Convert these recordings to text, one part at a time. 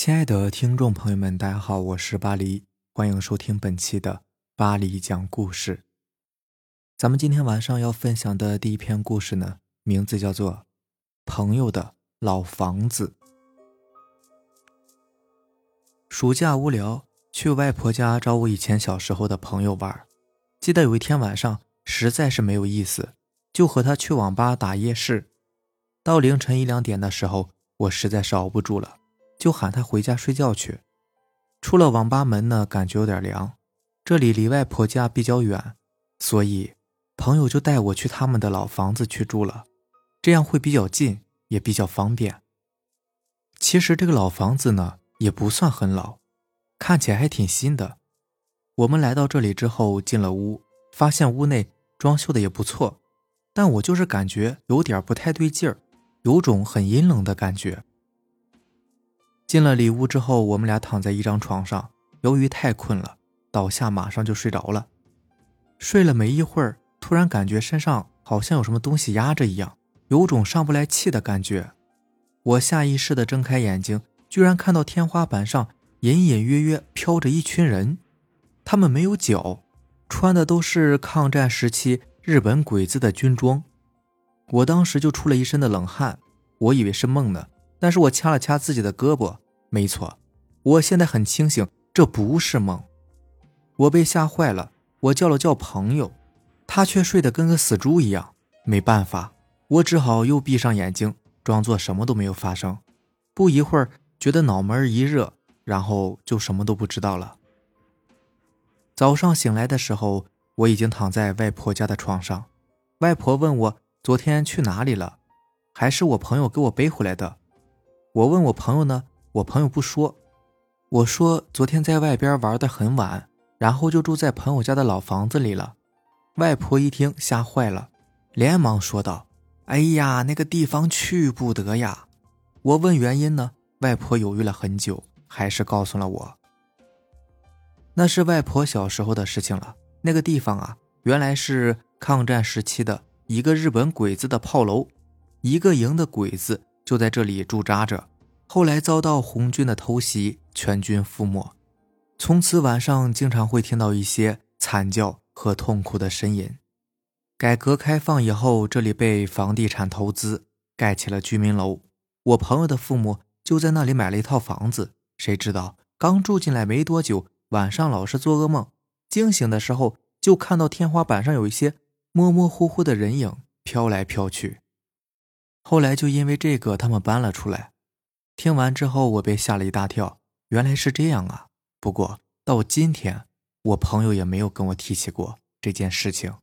亲爱的听众朋友们，大家好，我是巴黎，欢迎收听本期的巴黎讲故事。咱们今天晚上要分享的第一篇故事呢，名字叫做《朋友的老房子》。暑假无聊，去外婆家找我以前小时候的朋友玩。记得有一天晚上实在是没有意思，就和他去网吧打夜市。到凌晨1、2点的时候，我实在是熬不住了，就喊他回家睡觉去。出了网吧门呢，感觉有点凉，这里离外婆家比较远，所以朋友就带我去他们的老房子去住了，这样会比较近，也比较方便。其实这个老房子呢，也不算很老，看起来还挺新的。我们来到这里之后进了屋，发现屋内装修的也不错，但我就是感觉有点不太对劲儿，有种很阴冷的感觉。进了里屋之后，我们俩躺在一张床上，由于太困了，倒下马上就睡着了。睡了没一会儿，突然感觉身上好像有什么东西压着一样，有种上不来气的感觉。我下意识地睁开眼睛，居然看到天花板上隐隐约约飘着一群人，他们没有脚，穿的都是抗战时期日本鬼子的军装。我当时就出了一身的冷汗，我以为是梦呢，但是我掐了掐自己的胳膊，没错，我现在很清醒，这不是梦。我被吓坏了，我叫了叫朋友，他却睡得跟个死猪一样。没办法，我只好又闭上眼睛，装作什么都没有发生。不一会儿，觉得脑门一热，然后就什么都不知道了。早上醒来的时候，我已经躺在外婆家的床上。外婆问我昨天去哪里了，还是我朋友给我背回来的。我问我朋友呢，我朋友不说。我说昨天在外边玩得很晚，然后就住在朋友家的老房子里了。外婆一听吓坏了，连忙说道：哎呀，那个地方去不得呀。我问原因呢，外婆犹豫了很久，还是告诉了我。那是外婆小时候的事情了。那个地方啊，原来是抗战时期的一个日本鬼子的炮楼，一个营的鬼子就在这里驻扎着，后来遭到红军的偷袭，全军覆没。从此晚上经常会听到一些惨叫和痛苦的呻吟。改革开放以后，这里被房地产投资，盖起了居民楼。我朋友的父母就在那里买了一套房子，谁知道刚住进来没多久，晚上老是做噩梦，惊醒的时候就看到天花板上有一些模模糊糊的人影飘来飘去。后来就因为这个他们搬了出来。听完之后我被吓了一大跳，原来是这样啊。不过到今天我朋友也没有跟我提起过这件事情。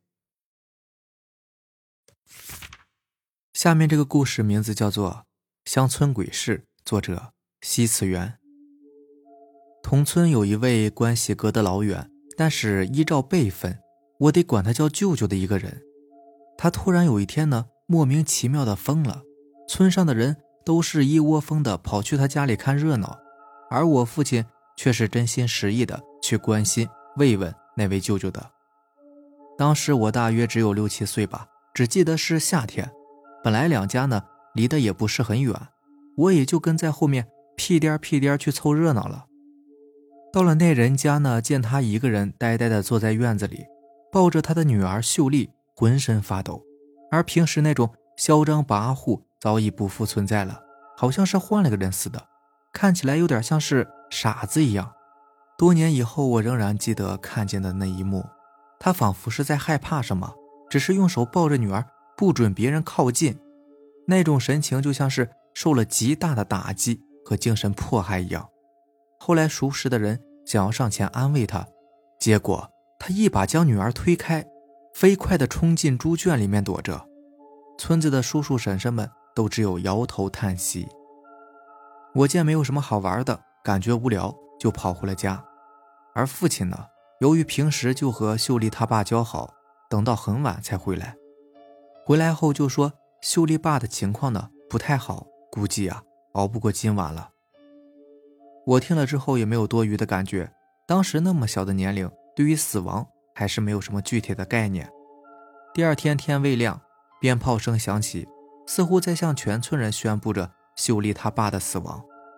下面这个故事名字叫做《乡村鬼事》，作者西次元。同村有一位关系隔得老远，但是依照辈分我得管他叫舅舅的一个人。他突然有一天呢，莫名其妙的疯了，村上的人都是一窝蜂的跑去他家里看热闹，而我父亲却是真心实意的去关心慰问那位舅舅的。当时我大约只有6、7岁吧，只记得是夏天，本来两家呢离得也不是很远，我也就跟在后面屁颠屁颠去凑热闹了。到了那人家呢，见他一个人呆呆地坐在院子里，抱着他的女儿秀丽，浑身发抖，而平时那种嚣张跋扈早已不复存在了，好像是换了个人似的，看起来有点像是傻子一样。多年以后，我仍然记得看见的那一幕，他仿佛是在害怕什么，只是用手抱着女儿，不准别人靠近，那种神情就像是受了极大的打击和精神迫害一样。后来熟识的人想要上前安慰他，结果他一把将女儿推开，飞快地冲进猪圈里面躲着。村子的叔叔婶婶们都只有摇头叹息。我见没有什么好玩的，感觉无聊，就跑回了家。而父亲呢，由于平时就和秀丽他爸交好，等到很晚才回来。回来后就说秀丽爸的情况呢不太好，估计啊熬不过今晚了。我听了之后也没有多余的感觉，当时那么小的年龄，对于死亡还是没有什么具体的概念。第二天天未亮，鞭炮声响起，似乎在向全村人宣布着秀丽他爸的死亡。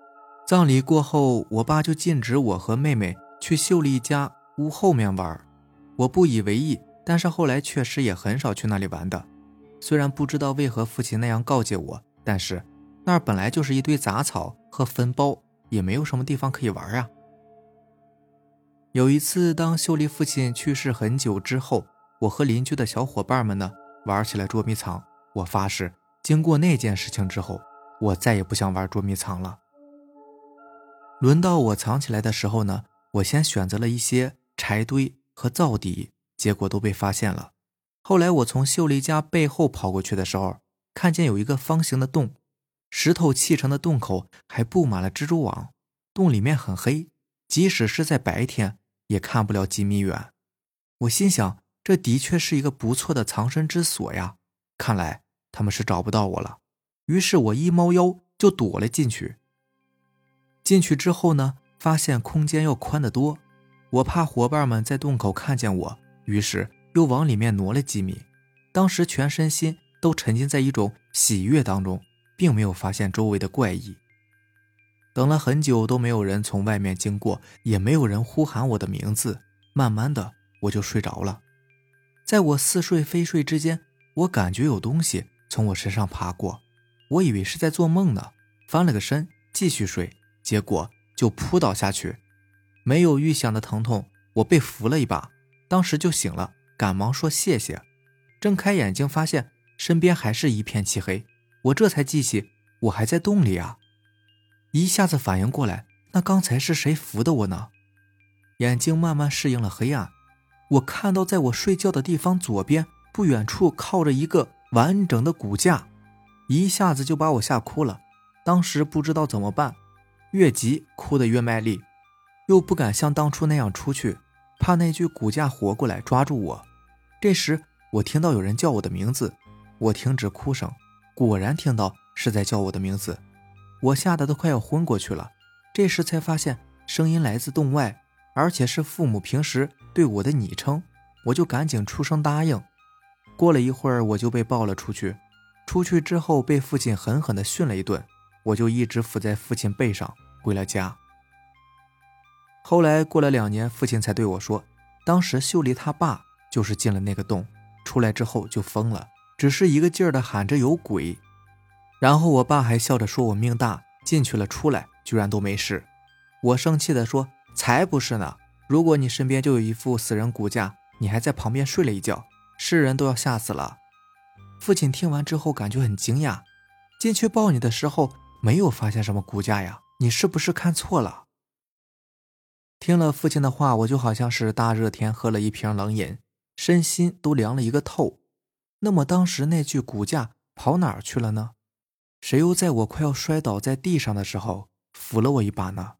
葬礼过后，我爸就禁止我和妹妹去秀丽家屋后面玩。我不以为意，但是后来确实也很少去那里玩的。虽然不知道为何父亲那样告诫我，但是那儿本来就是一堆杂草和坟包，也没有什么地方可以玩啊。有一次，当秀丽父亲去世很久之后，我和邻居的小伙伴们呢玩起了捉迷藏。我发誓，经过那件事情之后，我再也不想玩捉迷藏了。轮到我藏起来的时候呢，我先选择了一些柴堆和灶底，结果都被发现了。后来我从秀丽家背后跑过去的时候，看见有一个方形的洞，石头砌成的洞口还布满了蜘蛛网，洞里面很黑，即使是在白天也看不了几米远。我心想，这的确是一个不错的藏身之所呀，看来他们是找不到我了。于是我一猫腰就躲了进去。进去之后呢，发现空间要宽得多，我怕伙伴们在洞口看见我，于是又往里面挪了几米。当时全身心都沉浸在一种喜悦当中，并没有发现周围的怪异。等了很久都没有人从外面经过，也没有人呼喊我的名字，慢慢的我就睡着了。在我似睡非睡之间，我感觉有东西从我身上爬过，我以为是在做梦呢，翻了个身继续睡，结果就扑倒下去。没有预想的疼痛，我被扶了一把，当时就醒了，赶忙说谢谢。睁开眼睛发现身边还是一片漆黑，我这才记起我还在洞里啊，一下子反应过来，那刚才是谁扶的我呢？眼睛慢慢适应了黑暗，我看到在我睡觉的地方左边不远处靠着一个完整的骨架，一下子就把我吓哭了。当时不知道怎么办，越急哭得越卖力，又不敢像当初那样出去，怕那具骨架活过来抓住我。这时我听到有人叫我的名字，我停止哭声，果然听到是在叫我的名字，我吓得都快要昏过去了。这时才发现声音来自洞外，而且是父母平时对我的昵称，我就赶紧出声答应。过了一会儿我就被抱了出去，出去之后被父亲狠狠地训了一顿，我就一直伏在父亲背上回了家。后来过了2年，父亲才对我说，当时秀丽他爸就是进了那个洞，出来之后就疯了，只是一个劲儿地喊着有鬼。然后我爸还笑着说我命大，进去了出来居然都没事。我生气地说，才不是呢，如果你身边就有一副死人骨架，你还在旁边睡了一觉，世人都要吓死了。父亲听完之后感觉很惊讶，进去抱你的时候没有发现什么骨架呀，你是不是看错了？听了父亲的话，我就好像是大热天喝了一瓶冷饮，身心都凉了一个透。那么当时那具骨架跑哪儿去了呢？谁又在我快要摔倒在地上的时候扶了我一把呢？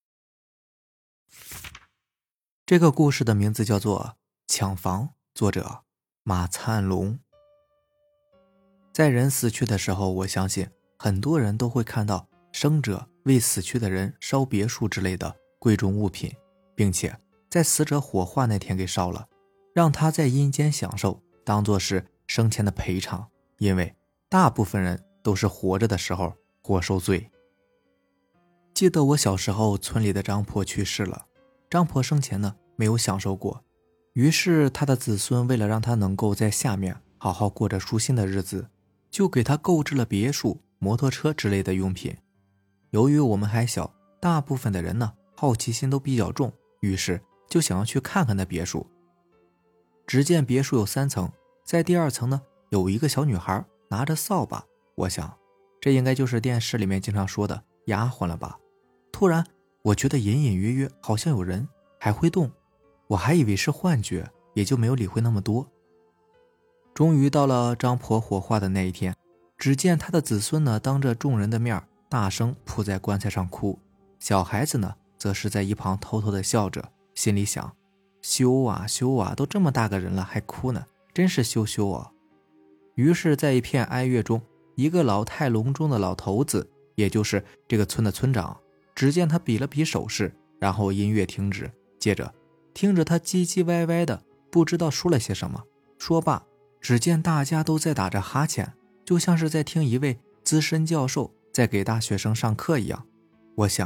这个故事的名字叫做《抢房》，作者马灿龙。在人死去的时候，我相信很多人都会看到生者为死去的人烧别墅之类的贵重物品，并且在死者火化那天给烧了，让他在阴间享受，当作是生前的赔偿，因为大部分人都是活着的时候活受罪。记得我小时候村里的张婆去世了，张婆生前呢没有享受过，于是他的子孙为了让他能够在下面好好过着舒心的日子，就给他购置了别墅、摩托车之类的用品。由于我们还小，大部分的人呢好奇心都比较重，于是就想要去看看那别墅。只见别墅有3层，在第2层呢有一个小女孩拿着扫把，我想这应该就是电视里面经常说的丫鬟了吧。突然我觉得隐隐约约好像有人还会动，我还以为是幻觉，也就没有理会那么多。终于到了张婆火化的那一天，只见她的子孙呢当着众人的面大声扑在棺材上哭，小孩子呢则是在一旁偷偷的笑着，心里想，羞啊羞啊，都这么大个人了还哭呢，真是羞羞啊。于是在一片哀乐中，一个老态龙钟的老头子，也就是这个村的村长，只见他比了比手势，然后音乐停止，接着听着他唧唧歪歪的不知道说了些什么，说罢只见大家都在打着哈欠，就像是在听一位资深教授在给大学生上课一样。我想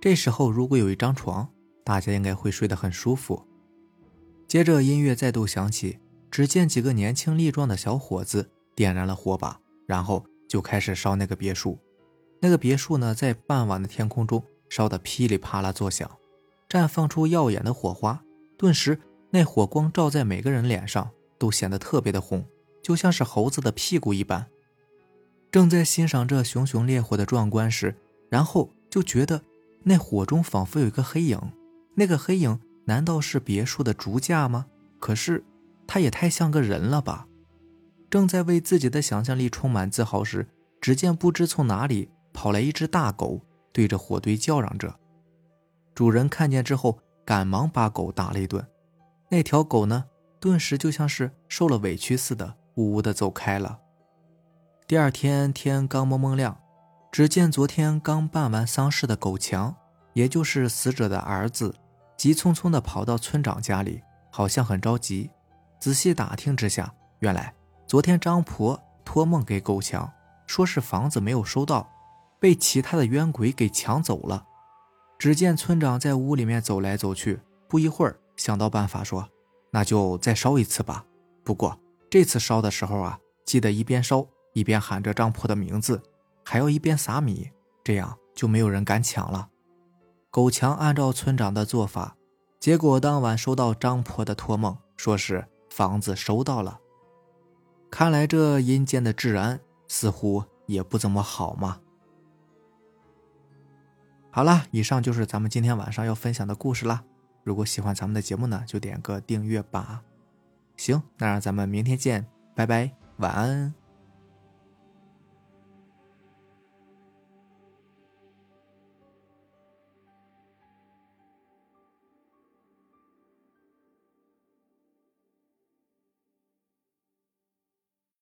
这时候如果有一张床，大家应该会睡得很舒服。接着音乐再度响起，只见几个年轻力壮的小伙子点燃了火把，然后就开始烧那个别墅。那个别墅呢，在傍晚的天空中烧得噼里啪啦作响，绽放出耀眼的火花，顿时那火光照在每个人脸上，都显得特别的红，就像是猴子的屁股一般。正在欣赏这熊熊烈火的壮观时，然后就觉得那火中仿佛有一个黑影，那个黑影难道是别墅的竹架吗？可是它也太像个人了吧。正在为自己的想象力充满自豪时，只见不知从哪里跑来一只大狗，对着火堆叫嚷着。主人看见之后赶忙把狗打了一顿，那条狗呢，顿时就像是受了委屈似的，呜呜地走开了。第二天天刚蒙蒙亮，只见昨天刚办完丧事的狗强，也就是死者的儿子，急匆匆地跑到村长家里，好像很着急。仔细打听之下，原来昨天张婆托梦给狗强，说是房子没有收到，被其他的冤鬼给抢走了。只见村长在屋里面走来走去，不一会儿想到办法说，那就再烧一次吧。不过这次烧的时候啊，记得一边烧一边喊着张婆的名字，还要一边撒米，这样就没有人敢抢了。狗强按照村长的做法，结果当晚收到张婆的托梦，说是房子收到了。看来这阴间的治安似乎也不怎么好嘛。好了，以上就是咱们今天晚上要分享的故事啦。如果喜欢咱们的节目呢，就点个订阅吧。行，那让咱们明天见，拜拜，晚安。